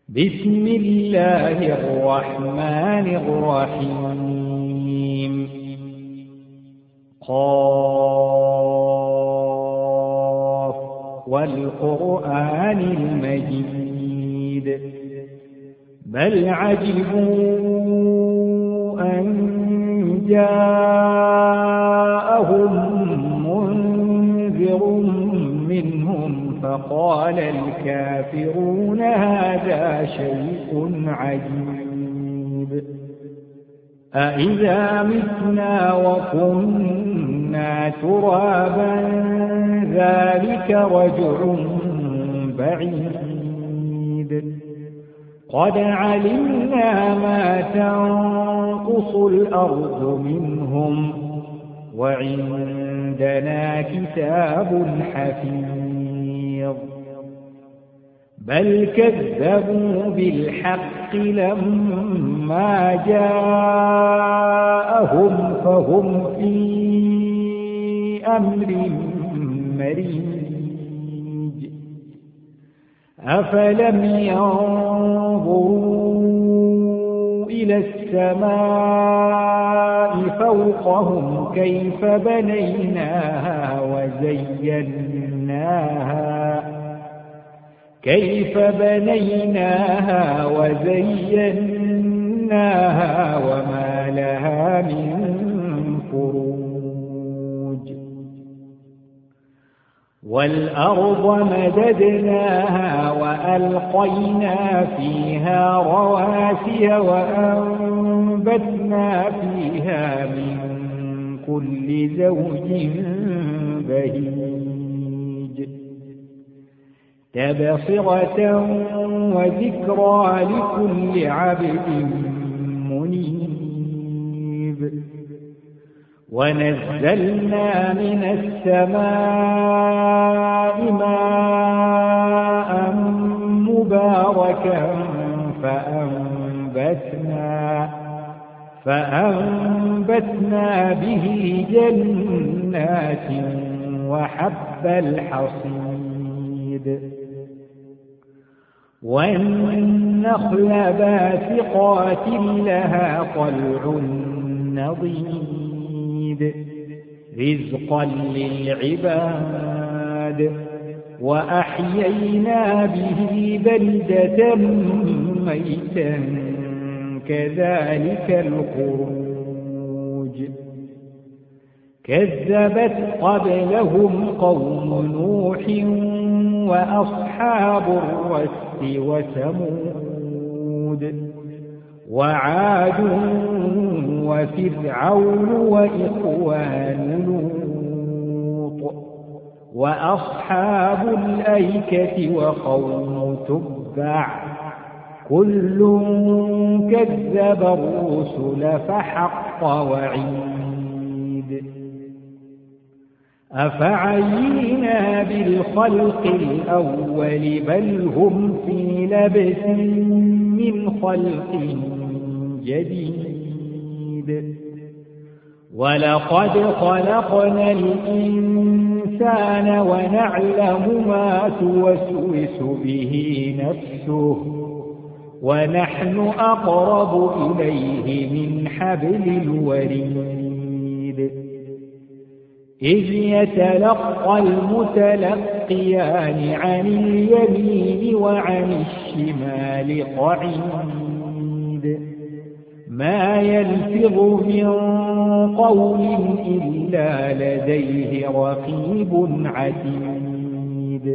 بسم الله الرحمن الرحيم قاف والقرآن المجيد بل عجبوا أن جاءهم منذر منهم فقال الكافرون هذا شيء عجيب أإذا متنا وكنا ترابا ذلك رجع بعيد قد علمنا ما تنقص الأرض منهم وعندنا كتاب حفيظ بل كذبوا بالحق لما جاءهم فهم في أمر مريج أفلم ينظروا إلى السماء فوقهم كيف بنيناها وزيناها وما لها من فروج والأرض مددناها وألقينا فيها رواسي وأنبتنا فيها من كل زوج بهيج تبصرة وذكرى لكل عبد منيب ونزلنا من السماء ماء مباركا فأنبتنا به جنات وحب الحصيد والنخل باسقات لها طلع نضيد رزقا للعباد وأحيينا به بلدة ميتا كذلك الخروج كذبت قبلهم قوم نوح وأصحاب الرس وثمود وعاد وفرعون وإخوان لوط وأصحاب الأيكة وقوم تبع كل كذب الرسل فحق وعيد أفعينا بالخلق الأول بل هم في لبس من خلق جديد ولقد خلقنا الإنسان ونعلم ما توسوس به نفسه ونحن أقرب إليه من حبل الوريد إذ يتلقى المتلقيان عن اليمين وعن الشمال قعيد ما يلفظ من قول إلا لديه رقيب عتيد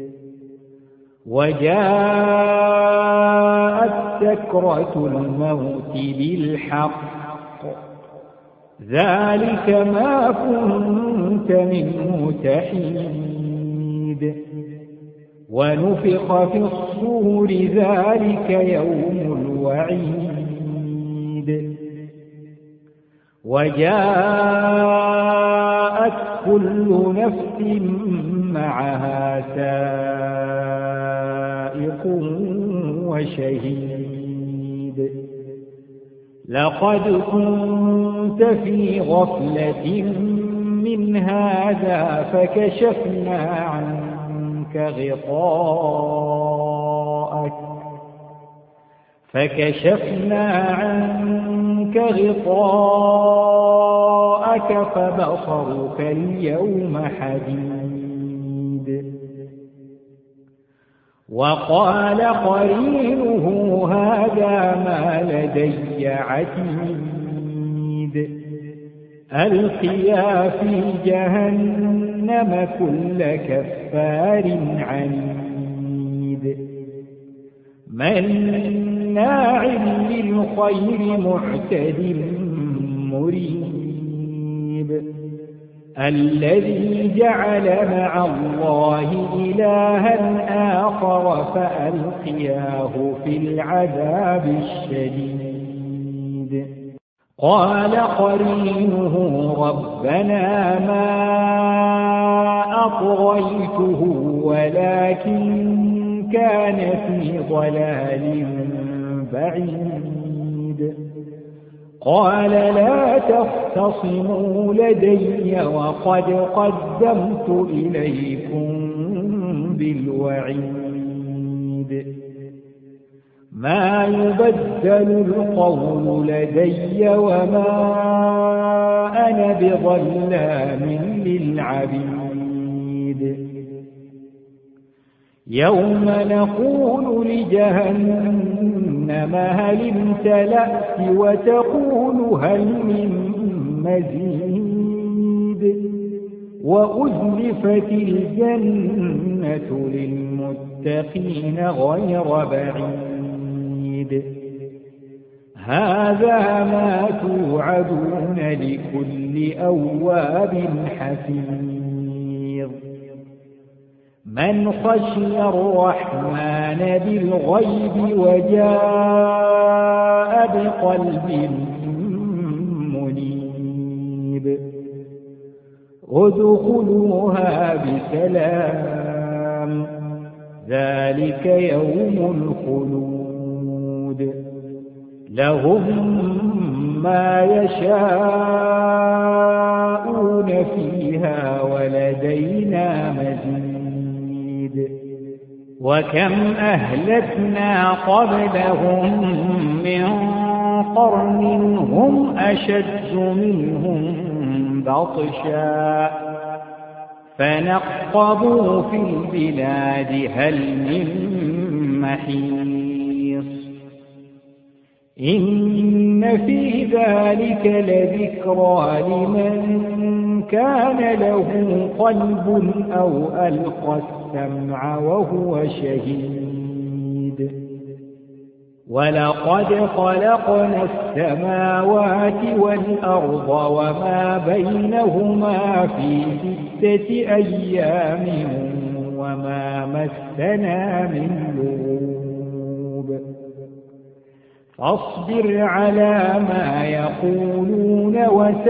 وجاءت سكرة الموت بالحق ذلك ما كنت منه تحيد ونفخ في الصور ذلك يوم الوعيد وجاءت كل نفس معها سائق وشهيد لقد كنت في غفلة من هذا فكشفنا عنك غطاءك فكشفنا عنك غطاءك فبصرك اليوم حديد. وقال قرينه هذا ما لدي عتيد. ألقيا في جهنم كل كفار عنيد مناع للخير معتد مريب. الذي جعل مع الله إلها آخر فألقياه في العذاب الشديد. قال قرينه ربنا ما أطغيته ولكن كان في ضلال بعيد. قال لا تختصموا لدي وقد قدمت إليكم بالوعيد. ما يبدل القول لدي وما أنا بظلام للعبيد. يوم نقول لجهنم هل امتلأت وتقول هل من مزيد. وأزلفت الجنة للمتقين غير بعيد. هذا ما توعدون لكل أواب حفيظ. من خشي الرحمن بالغيب وجاء بقلب منيب. ادخلوها بسلام ذلك يوم الخلود. لهم ما يشاءون فيها ولدينا مزيد. وكم أهلكنا قبلهم من قرن هم أشد منهم بطشا فنقبوا في البلاد هل من محيص. إن في ذلك لذكرى لمن كان له قلب أو ألقى السمع وهو شهيد. ولقد خلقنا السماوات والأرض وما بينهما في 6 أيام وما مسنا من لغوب. فاصبر على ما يقولون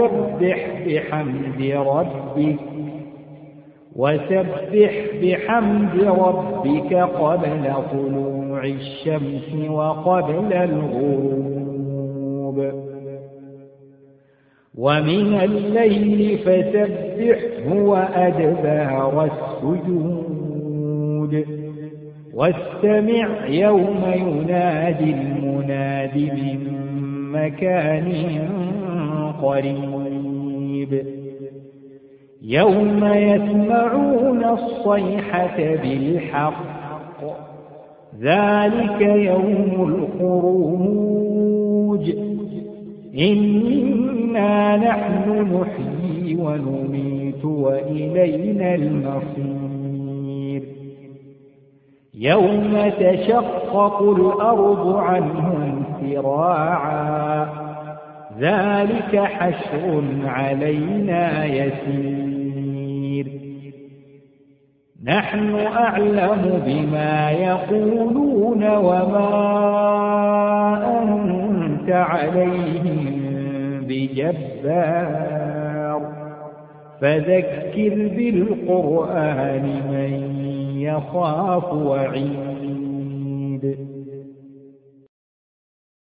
وسبح بحمد ربك قبل طلوع الشمس وقبل الغروب. ومن الليل فسبحه وأدبار السجود. واستمع يوم ينادي المناد من مكان قريب. يوم يسمعون الصيحة بالحق ذلك يوم الخروج. إنا نحن نحيي ونميت وإلينا المصير. يوم تشقق الأرض عنهم سراعا ذلك حشر علينا يسير. نحن أعلم بما يقولون وما أنت عليهم بجبار. فذكر بالقرآن من يخاف وعيد.